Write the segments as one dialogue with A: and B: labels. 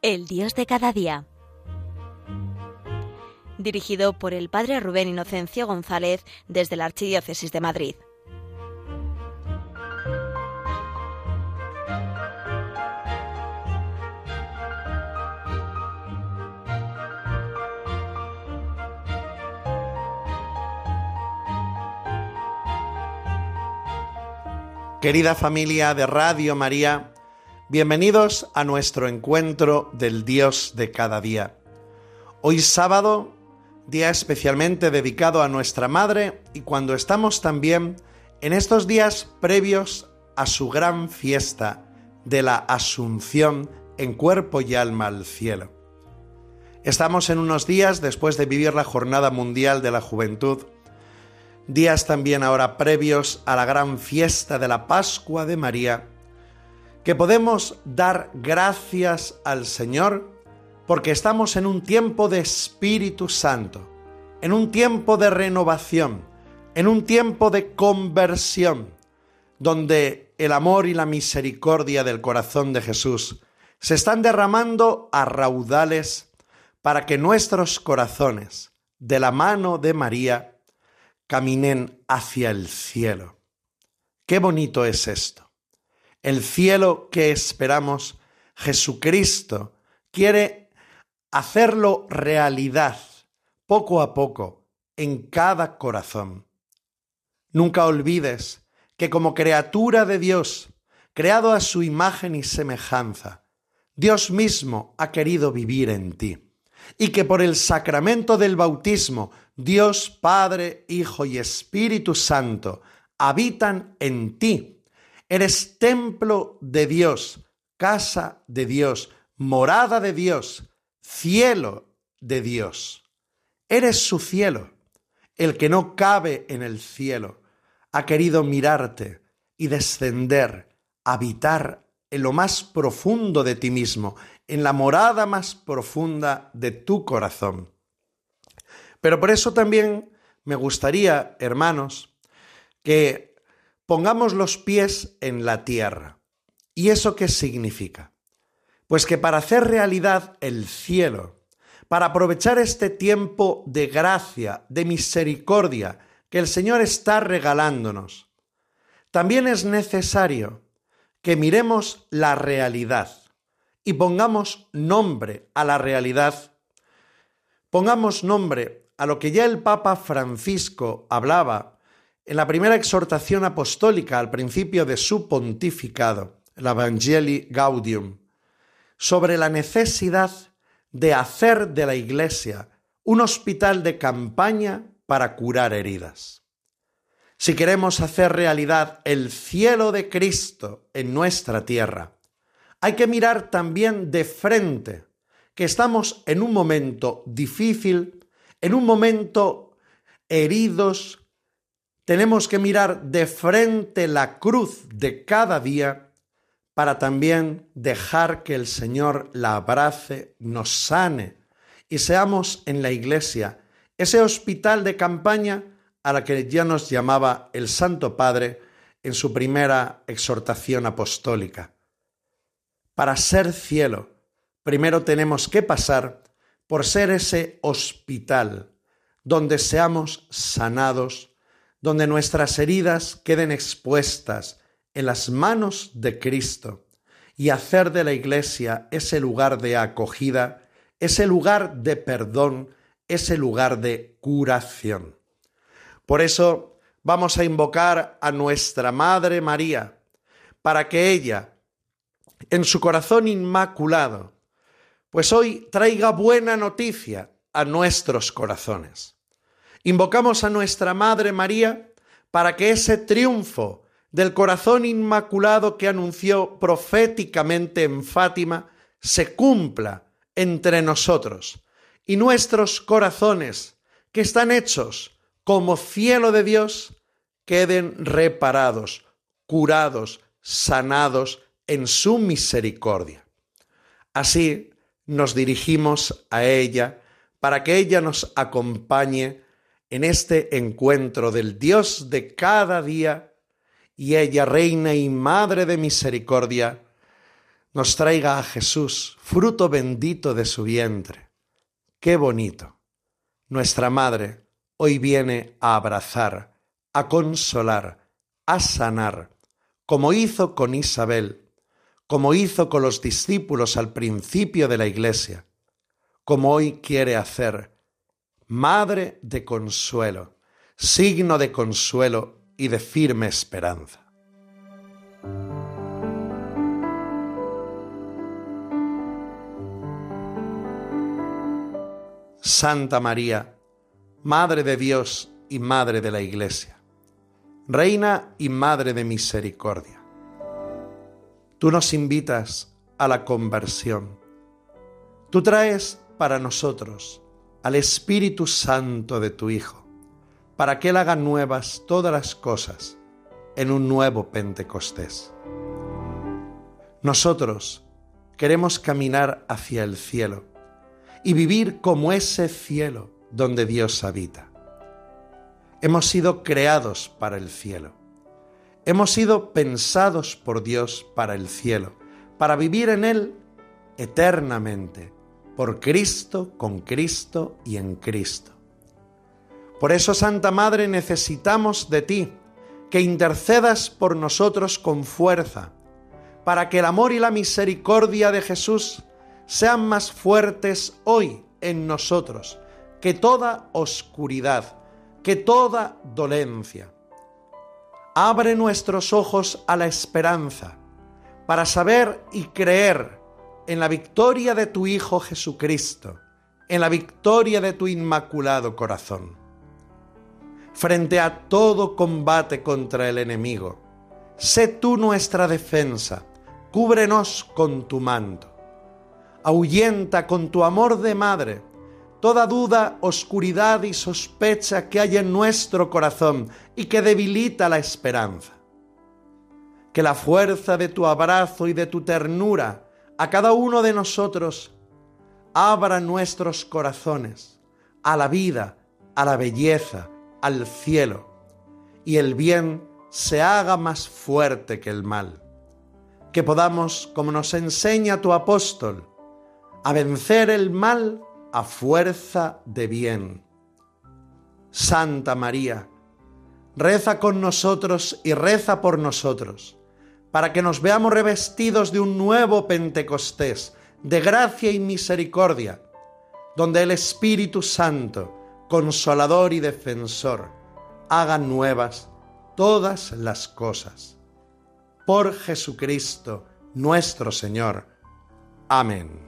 A: El Dios de cada día. Dirigido por el Padre Rubén Inocencio González desde la Archidiócesis de Madrid.
B: Querida familia de Radio María, bienvenidos a nuestro encuentro del Dios de cada día. Hoy sábado, día especialmente dedicado a nuestra Madre, y cuando estamos también en estos días previos a su gran fiesta de la Asunción en cuerpo y alma al cielo. Estamos en unos días después de vivir la Jornada Mundial de la Juventud, días también ahora previos a la gran fiesta de la Pascua de María, que podemos dar gracias al Señor porque estamos en un tiempo de Espíritu Santo, en un tiempo de renovación, en un tiempo de conversión, donde el amor y la misericordia del corazón de Jesús se están derramando a raudales para que nuestros corazones, de la mano de María, caminen hacia el cielo. Qué bonito es esto. El cielo que esperamos, Jesucristo quiere hacerlo realidad, poco a poco, en cada corazón. Nunca olvides que como criatura de Dios, creado a su imagen y semejanza, Dios mismo ha querido vivir en ti. Y que por el sacramento del bautismo, Dios Padre, Hijo y Espíritu Santo habitan en ti. Eres templo de Dios, casa de Dios, morada de Dios, cielo de Dios. Eres su cielo. El que no cabe en el cielo ha querido mirarte y descender, habitar en lo más profundo de ti mismo, en la morada más profunda de tu corazón. Pero por eso también me gustaría, hermanos, que pongamos los pies en la tierra. ¿Y eso qué significa? Pues que para hacer realidad el cielo, para aprovechar este tiempo de gracia, de misericordia que el Señor está regalándonos, también es necesario que miremos la realidad y pongamos nombre a la realidad. Pongamos nombre a lo que ya el Papa Francisco hablaba en la primera exhortación apostólica al principio de su pontificado, el Evangelii Gaudium, sobre la necesidad de hacer de la Iglesia un hospital de campaña para curar heridas. Si queremos hacer realidad el cielo de Cristo en nuestra tierra, hay que mirar también de frente que estamos en un momento difícil, en un momento heridos. Tenemos que mirar de frente la cruz de cada día para también dejar que el Señor la abrace, nos sane y seamos en la Iglesia ese hospital de campaña a la que ya nos llamaba el Santo Padre en su primera exhortación apostólica. Para ser cielo, primero tenemos que pasar por ser ese hospital donde seamos sanados, donde nuestras heridas queden expuestas en las manos de Cristo y hacer de la Iglesia ese lugar de acogida, ese lugar de perdón, ese lugar de curación. Por eso vamos a invocar a nuestra Madre María para que ella, en su corazón inmaculado, pues hoy traiga buena noticia a nuestros corazones. Invocamos a nuestra Madre María para que ese triunfo del corazón inmaculado que anunció proféticamente en Fátima se cumpla entre nosotros y nuestros corazones, que están hechos como cielo de Dios, queden reparados, curados, sanados en su misericordia. Así nos dirigimos a ella para que ella nos acompañe en este encuentro del Dios de cada día, y ella, Reina y Madre de Misericordia, nos traiga a Jesús, fruto bendito de su vientre. ¡Qué bonito! Nuestra Madre hoy viene a abrazar, a consolar, a sanar, como hizo con Isabel, como hizo con los discípulos al principio de la Iglesia, como hoy quiere hacer, Madre de consuelo, signo de consuelo y de firme esperanza. Santa María, Madre de Dios y Madre de la Iglesia, Reina y Madre de misericordia, tú nos invitas a la conversión. Tú traes para nosotros al Espíritu Santo de tu Hijo, para que Él haga nuevas todas las cosas en un nuevo Pentecostés. Nosotros queremos caminar hacia el cielo y vivir como ese cielo donde Dios habita. Hemos sido creados para el cielo. Hemos sido pensados por Dios para el cielo, para vivir en Él eternamente, por Cristo, con Cristo y en Cristo. Por eso, Santa Madre, necesitamos de ti, que intercedas por nosotros con fuerza, para que el amor y la misericordia de Jesús sean más fuertes hoy en nosotros que toda oscuridad, que toda dolencia. Abre nuestros ojos a la esperanza, para saber y creer en la victoria de tu Hijo Jesucristo, en la victoria de tu Inmaculado Corazón. Frente a todo combate contra el enemigo, sé tú nuestra defensa, cúbrenos con tu manto. Ahuyenta con tu amor de madre toda duda, oscuridad y sospecha que hay en nuestro corazón y que debilita la esperanza. Que la fuerza de tu abrazo y de tu ternura a cada uno de nosotros abra nuestros corazones a la vida, a la belleza, al cielo, y el bien se haga más fuerte que el mal. Que podamos, como nos enseña tu apóstol, a vencer el mal a fuerza de bien. Santa María, reza con nosotros y reza por nosotros, para que nos veamos revestidos de un nuevo Pentecostés, de gracia y misericordia, donde el Espíritu Santo, consolador y defensor, haga nuevas todas las cosas. Por Jesucristo nuestro Señor. Amén.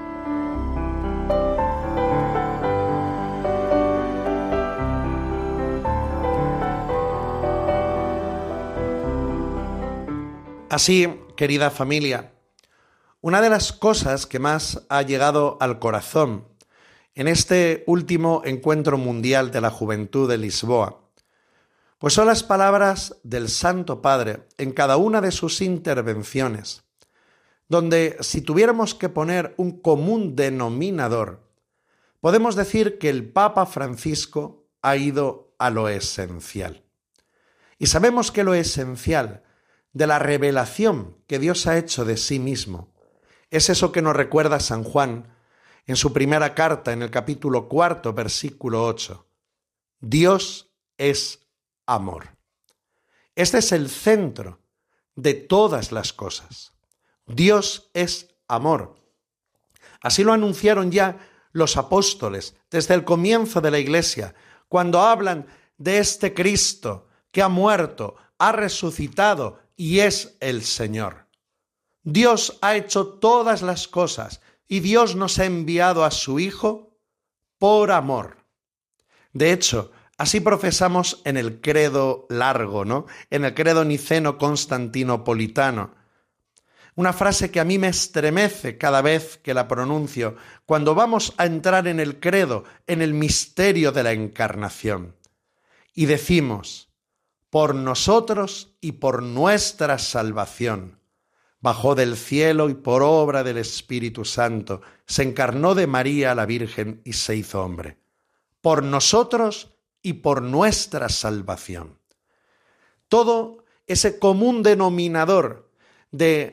B: Así, querida familia, una de las cosas que más ha llegado al corazón en este último encuentro mundial de la juventud de Lisboa, pues son las palabras del Santo Padre en cada una de sus intervenciones, donde si tuviéramos que poner un común denominador, podemos decir que el Papa Francisco ha ido a lo esencial. Y sabemos que lo esencial de la revelación que Dios ha hecho de sí mismo es eso que nos recuerda San Juan en su primera carta, en el capítulo 4, versículo 8. Dios es amor. Este es el centro de todas las cosas. Dios es amor. Así lo anunciaron ya los apóstoles desde el comienzo de la Iglesia, cuando hablan de este Cristo que ha muerto, ha resucitado y es el Señor. Dios ha hecho todas las cosas y Dios nos ha enviado a su Hijo por amor. De hecho, así profesamos en el credo largo, ¿no? En el credo niceno-constantinopolitano. Una frase que a mí me estremece cada vez que la pronuncio, cuando vamos a entrar en el credo, en el misterio de la encarnación. Y decimos: por nosotros y por nuestra salvación, bajó del cielo y por obra del Espíritu Santo se encarnó de María la Virgen y se hizo hombre. Por nosotros y por nuestra salvación. Todo ese común denominador de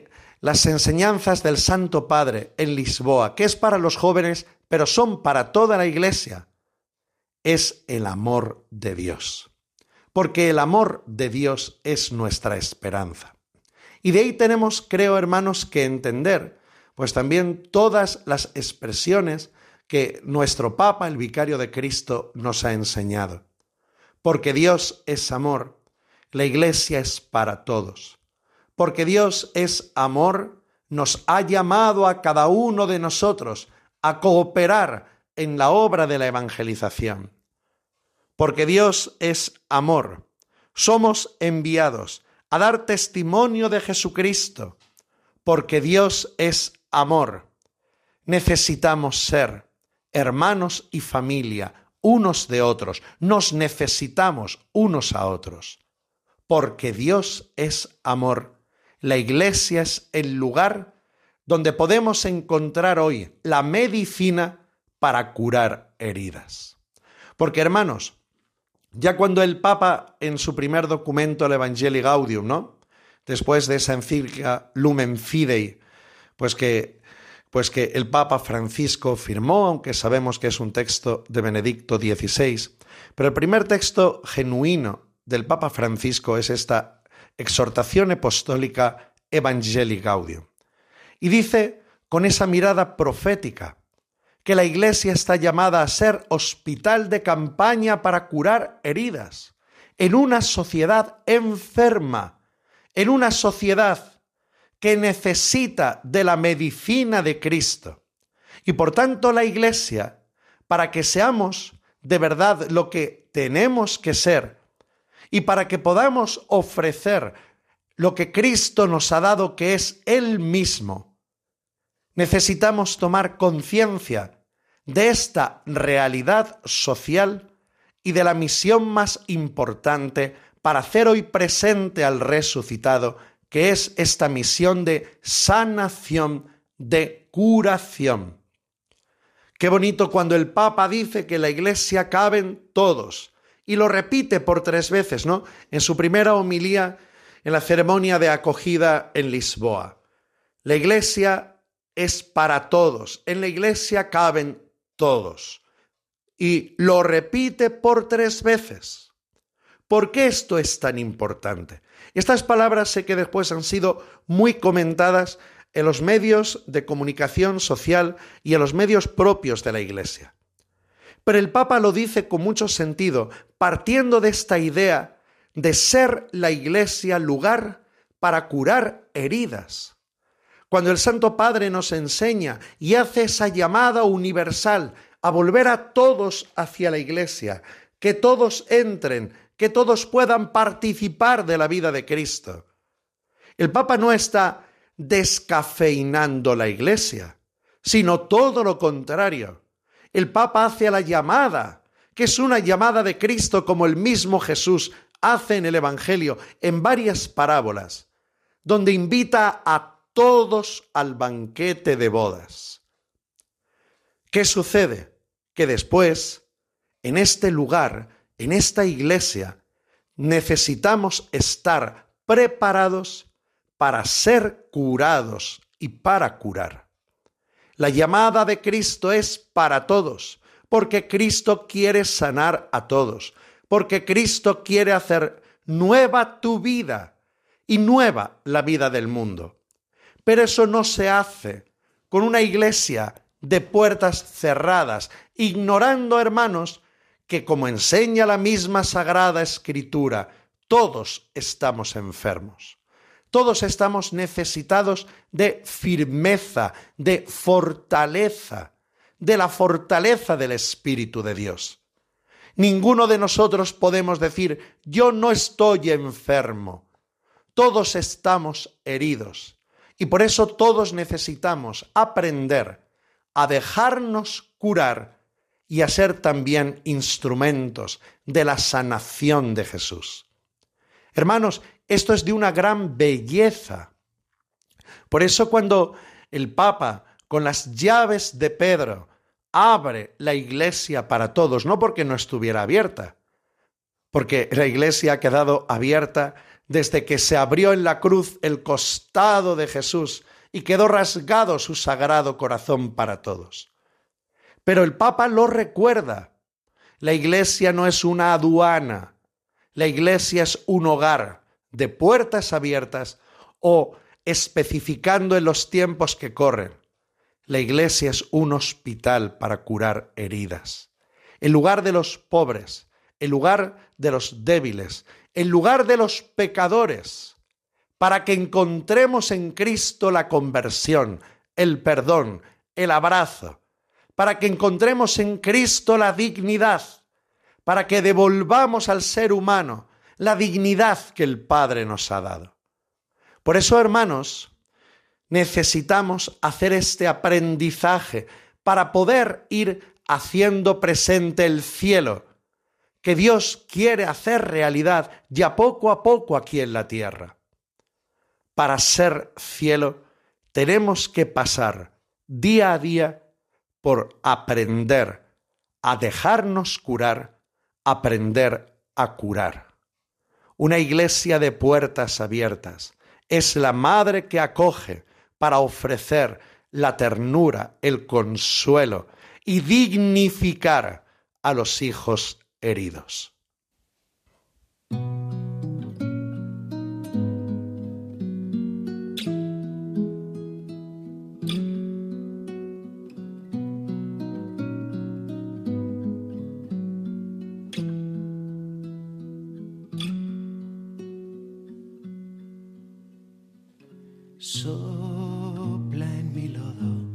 B: las enseñanzas del Santo Padre en Lisboa, que es para los jóvenes, pero son para toda la Iglesia, es el amor de Dios. Porque el amor de Dios es nuestra esperanza. Y de ahí tenemos, creo, hermanos, que entender, pues también todas las expresiones que nuestro Papa, el Vicario de Cristo, nos ha enseñado. Porque Dios es amor, la Iglesia es para todos. Porque Dios es amor, nos ha llamado a cada uno de nosotros a cooperar en la obra de la evangelización. Porque Dios es amor, somos enviados a dar testimonio de Jesucristo. Porque Dios es amor, necesitamos ser hermanos y familia unos de otros, nos necesitamos unos a otros. Porque Dios es amor, la Iglesia es el lugar donde podemos encontrar hoy la medicina para curar heridas. Porque, hermanos, ya cuando el Papa en su primer documento, el Evangelii Gaudium, ¿no?, después de esa encíclica Lumen Fidei, pues que el Papa Francisco firmó, aunque sabemos que es un texto de Benedicto XVI, pero el primer texto genuino del Papa Francisco es esta exhortación apostólica Evangelii Gaudium. Y dice, con esa mirada profética, que la Iglesia está llamada a ser hospital de campaña para curar heridas en una sociedad enferma, en una sociedad que necesita de la medicina de Cristo. Y por tanto la Iglesia, para que seamos de verdad lo que tenemos que ser y para que podamos ofrecer lo que Cristo nos ha dado, que es Él mismo, necesitamos tomar conciencia de esta realidad social y de la misión más importante para hacer hoy presente al resucitado, que es esta misión de sanación, de curación. Qué bonito cuando el Papa dice que en la Iglesia caben todos, y lo repite por 3 veces, ¿no?, en su primera homilía en la ceremonia de acogida en Lisboa. La Iglesia es para todos, en la Iglesia caben todos. Y lo repite por 3 veces. ¿Por qué esto es tan importante? Estas palabras sé que después han sido muy comentadas en los medios de comunicación social y en los medios propios de la Iglesia. Pero el Papa lo dice con mucho sentido, partiendo de esta idea de ser la Iglesia lugar para curar heridas. Cuando el Santo Padre nos enseña y hace esa llamada universal a volver a todos hacia la Iglesia, que todos entren, que todos puedan participar de la vida de Cristo. El Papa no está descafeinando la Iglesia, sino todo lo contrario. El Papa hace la llamada, que es una llamada de Cristo como el mismo Jesús hace en el Evangelio, en varias parábolas, donde invita a todos al banquete de bodas. ¿Qué sucede? Que después, en este lugar, en esta Iglesia, necesitamos estar preparados para ser curados y para curar. La llamada de Cristo es para todos, porque Cristo quiere sanar a todos, porque Cristo quiere hacer nueva tu vida y nueva la vida del mundo. Pero eso no se hace con una Iglesia de puertas cerradas, ignorando, hermanos, que como enseña la misma Sagrada Escritura, todos estamos enfermos. Todos estamos necesitados de firmeza, de fortaleza, de la fortaleza del Espíritu de Dios. Ninguno de nosotros podemos decir, yo no estoy enfermo. Todos estamos heridos. Y por eso todos necesitamos aprender a dejarnos curar y a ser también instrumentos de la sanación de Jesús. Hermanos, esto es de una gran belleza. Por eso cuando el Papa, con las llaves de Pedro, abre la Iglesia para todos, no porque no estuviera abierta, porque la Iglesia ha quedado abierta desde que se abrió en la cruz el costado de Jesús y quedó rasgado su sagrado corazón para todos. Pero el Papa lo recuerda. La Iglesia no es una aduana. La Iglesia es un hogar de puertas abiertas o, especificando en los tiempos que corren, la Iglesia es un hospital para curar heridas. El lugar de los pobres, el lugar de los débiles, el lugar de los pecadores, para que encontremos en Cristo la conversión, el perdón, el abrazo, para que encontremos en Cristo la dignidad, para que devolvamos al ser humano la dignidad que el Padre nos ha dado. Por eso, hermanos, necesitamos hacer este aprendizaje para poder ir haciendo presente el cielo, que Dios quiere hacer realidad ya poco a poco aquí en la tierra. Para ser cielo tenemos que pasar día a día por aprender a dejarnos curar, aprender a curar. Una iglesia de puertas abiertas es la madre que acoge para ofrecer la ternura, el consuelo y dignificar a los hijos heridos.
C: Sopla en mi lodo,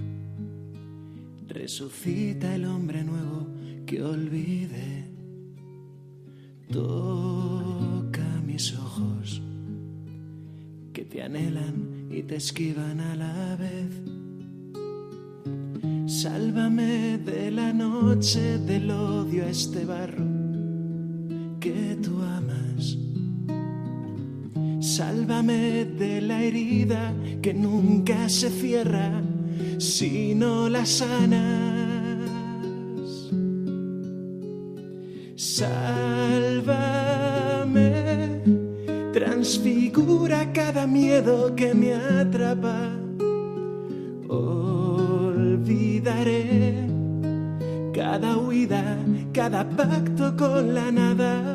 C: resucita el hombre nuevo que olvide. Toca mis ojos que te anhelan y te esquivan a la vez. Sálvame de la noche, del odio a este barro que tú amas. Sálvame de la herida que nunca se cierra si no la sanas. Sálvame, transfigura cada miedo que me atrapa. Olvidaré cada huida, cada pacto con la nada.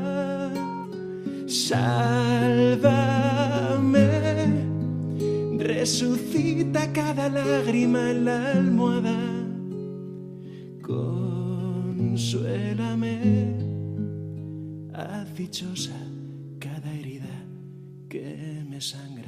C: Sálvame, resucita cada lágrima en la almohada. Consuélame, haz dichosa cada herida que me sangra.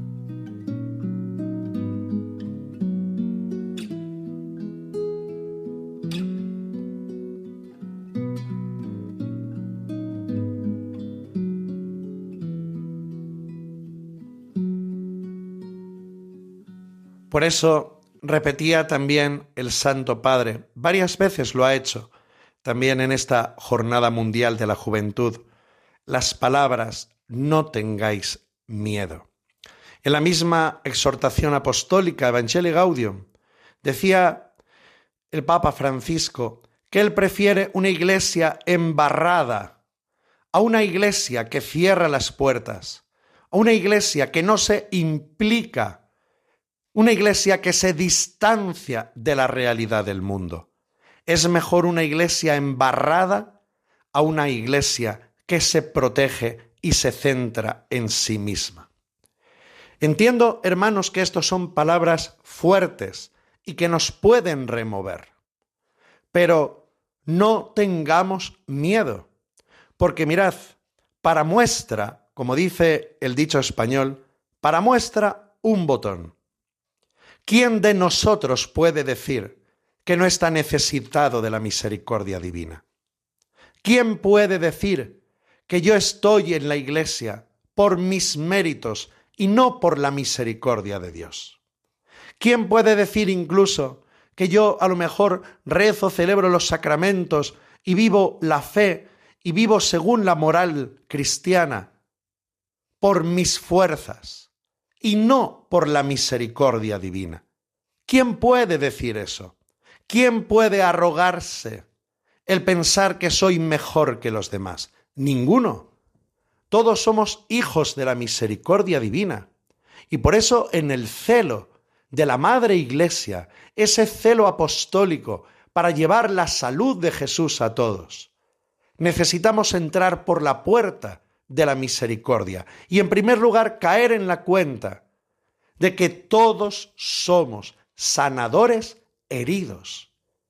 B: Por eso repetía también el Santo Padre, varias veces lo ha hecho, también en esta Jornada Mundial de la Juventud, las palabras «no tengáis miedo». En la misma exhortación apostólica Evangelii Gaudium decía el Papa Francisco que él prefiere una iglesia embarrada a una iglesia que cierra las puertas, a una iglesia que no se implica, una iglesia que se distancia de la realidad del mundo. Es mejor una iglesia embarrada a una iglesia que se protege y se centra en sí misma. Entiendo, hermanos, que estos son palabras fuertes y que nos pueden remover. Pero no tengamos miedo, porque mirad, para muestra, como dice el dicho español, para muestra un botón. ¿Quién de nosotros puede decir que no está necesitado de la misericordia divina? ¿Quién puede decir que yo estoy en la iglesia por mis méritos y no por la misericordia de Dios? ¿Quién puede decir incluso que yo a lo mejor rezo, celebro los sacramentos y vivo la fe y vivo según la moral cristiana por mis fuerzas y no por la misericordia divina? ¿Quién puede decir eso? ¿Quién puede arrogarse el pensar que soy mejor que los demás? Ninguno. Todos somos hijos de la misericordia divina. Y por eso en el celo de la Madre Iglesia, ese celo apostólico para llevar la salud de Jesús a todos. Necesitamos entrar por la puerta de la misericordia y, en primer lugar, caer en la cuenta de que todos somos sanadores heridos.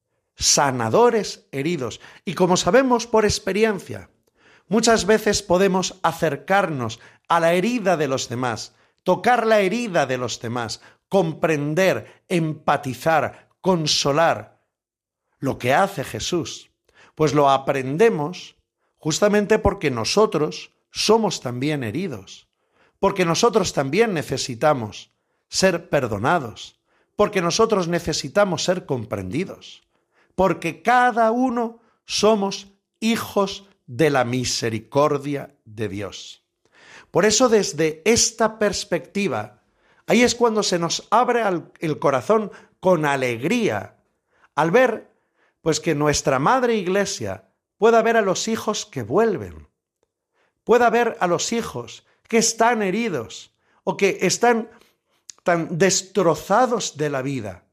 B: Sanadores heridos. Y como sabemos por experiencia, muchas veces podemos acercarnos a la herida de los demás, tocar la herida de los demás, comprender, empatizar, consolar. Lo que hace Jesús, pues lo aprendemos justamente porque nosotros somos también heridos, porque nosotros también necesitamos ser perdonados, porque nosotros necesitamos ser comprendidos, porque cada uno somos hijos de la misericordia de Dios. Por eso, desde esta perspectiva, ahí es cuando se nos abre el corazón con alegría al ver pues que nuestra Madre Iglesia pueda ver a los hijos que vuelven, pueda ver a los hijos que están heridos o que están tan destrozados de la vida,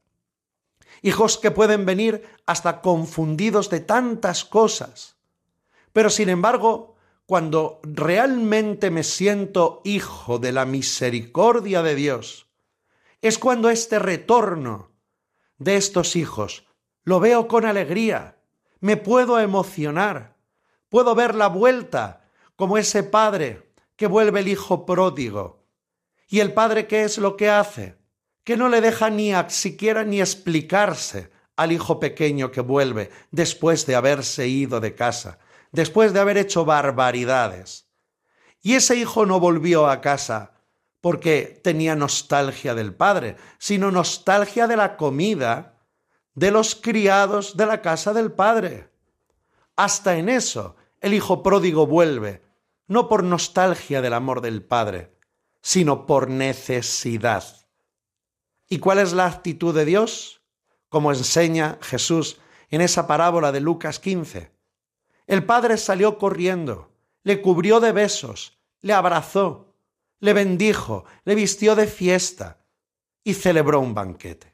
B: hijos que pueden venir hasta confundidos de tantas cosas, pero sin embargo, cuando realmente me siento hijo de la misericordia de Dios, es cuando este retorno de estos hijos lo veo con alegría, me puedo emocionar, puedo ver la vuelta como ese padre que vuelve el hijo pródigo. ¿Y el padre qué es lo que hace? Que no le deja siquiera ni explicarse al hijo pequeño que vuelve después de haberse ido de casa, después de haber hecho barbaridades. Y ese hijo no volvió a casa porque tenía nostalgia del padre, sino nostalgia de la comida de los criados de la casa del padre. Hasta en eso el hijo pródigo vuelve, no por nostalgia del amor del padre, sino por necesidad. ¿Y cuál es la actitud de Dios? Como enseña Jesús en esa parábola de Lucas 15. El padre salió corriendo, le cubrió de besos, le abrazó, le bendijo, le vistió de fiesta y celebró un banquete.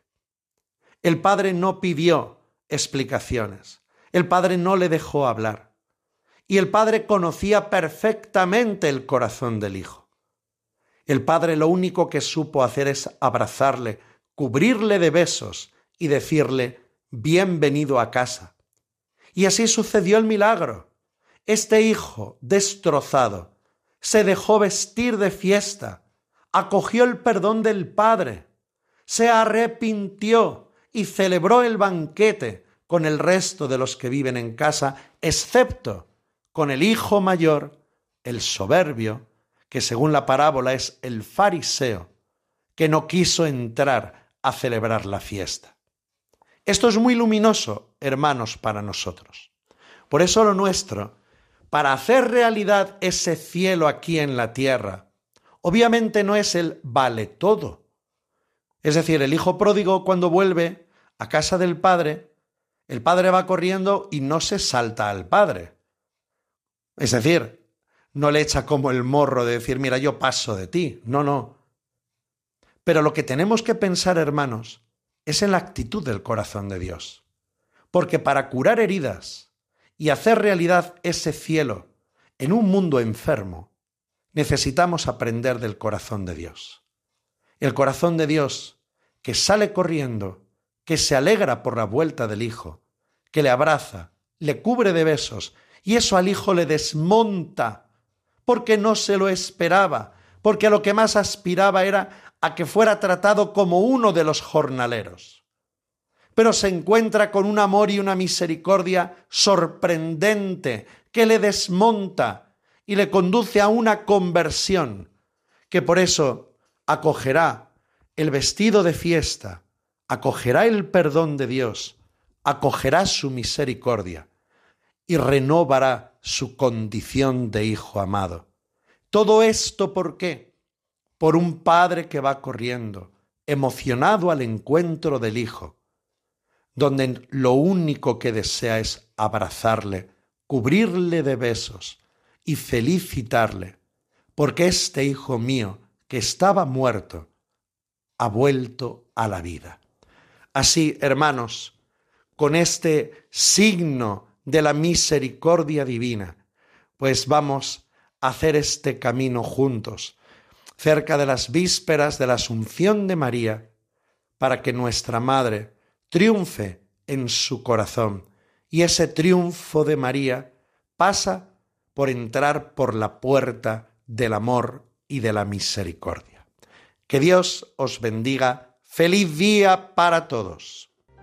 B: El padre no pidió explicaciones, el padre no le dejó hablar, y el padre conocía perfectamente el corazón del hijo. El padre lo único que supo hacer es abrazarle, cubrirle de besos y decirle: bienvenido a casa. Y así sucedió el milagro. Este hijo destrozado se dejó vestir de fiesta, acogió el perdón del padre, se arrepintió y celebró el banquete con el resto de los que viven en casa, excepto con el hijo mayor, el soberbio, que según la parábola es el fariseo, que no quiso entrar a celebrar la fiesta. Esto es muy luminoso, hermanos, para nosotros. Por eso lo nuestro, para hacer realidad ese cielo aquí en la tierra, obviamente no es el vale todo. Es decir, el hijo pródigo cuando vuelve a casa del padre, el padre va corriendo y no se salta al padre. Es decir, no le echa como el morro de decir: mira, yo paso de ti. No. Pero lo que tenemos que pensar, hermanos, es en la actitud del corazón de Dios. Porque para curar heridas y hacer realidad ese cielo en un mundo enfermo, necesitamos aprender del corazón de Dios. El corazón de Dios que sale corriendo, que se alegra por la vuelta del hijo, que le abraza, le cubre de besos, y eso al hijo le desmonta, porque no se lo esperaba, porque a lo que más aspiraba era a que fuera tratado como uno de los jornaleros. Pero se encuentra con un amor y una misericordia sorprendente que le desmonta y le conduce a una conversión, que por eso acogerá el vestido de fiesta, acogerá el perdón de Dios, acogerá su misericordia y renovará su condición de hijo amado. Todo esto, ¿por qué? Por un padre que va corriendo, emocionado al encuentro del hijo, donde lo único que desea es abrazarle, cubrirle de besos y felicitarle, porque este hijo mío, que estaba muerto, ha vuelto a la vida. Así, hermanos, con este signo de la misericordia divina, pues vamos a hacer este camino juntos, cerca de las vísperas de la Asunción de María, para que nuestra Madre triunfe en su corazón. Y ese triunfo de María pasa por entrar por la puerta del amor y de la misericordia. Que Dios os bendiga. ¡Feliz día para todos!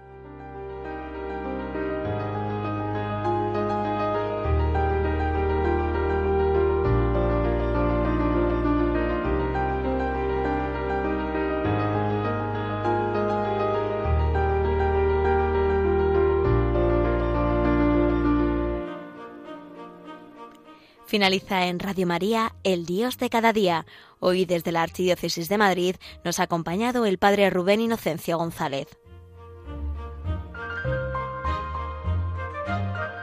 A: Finaliza en Radio María, El Dios de cada día. Hoy desde la Archidiócesis de Madrid nos ha acompañado el Padre Rubén Inocencio González.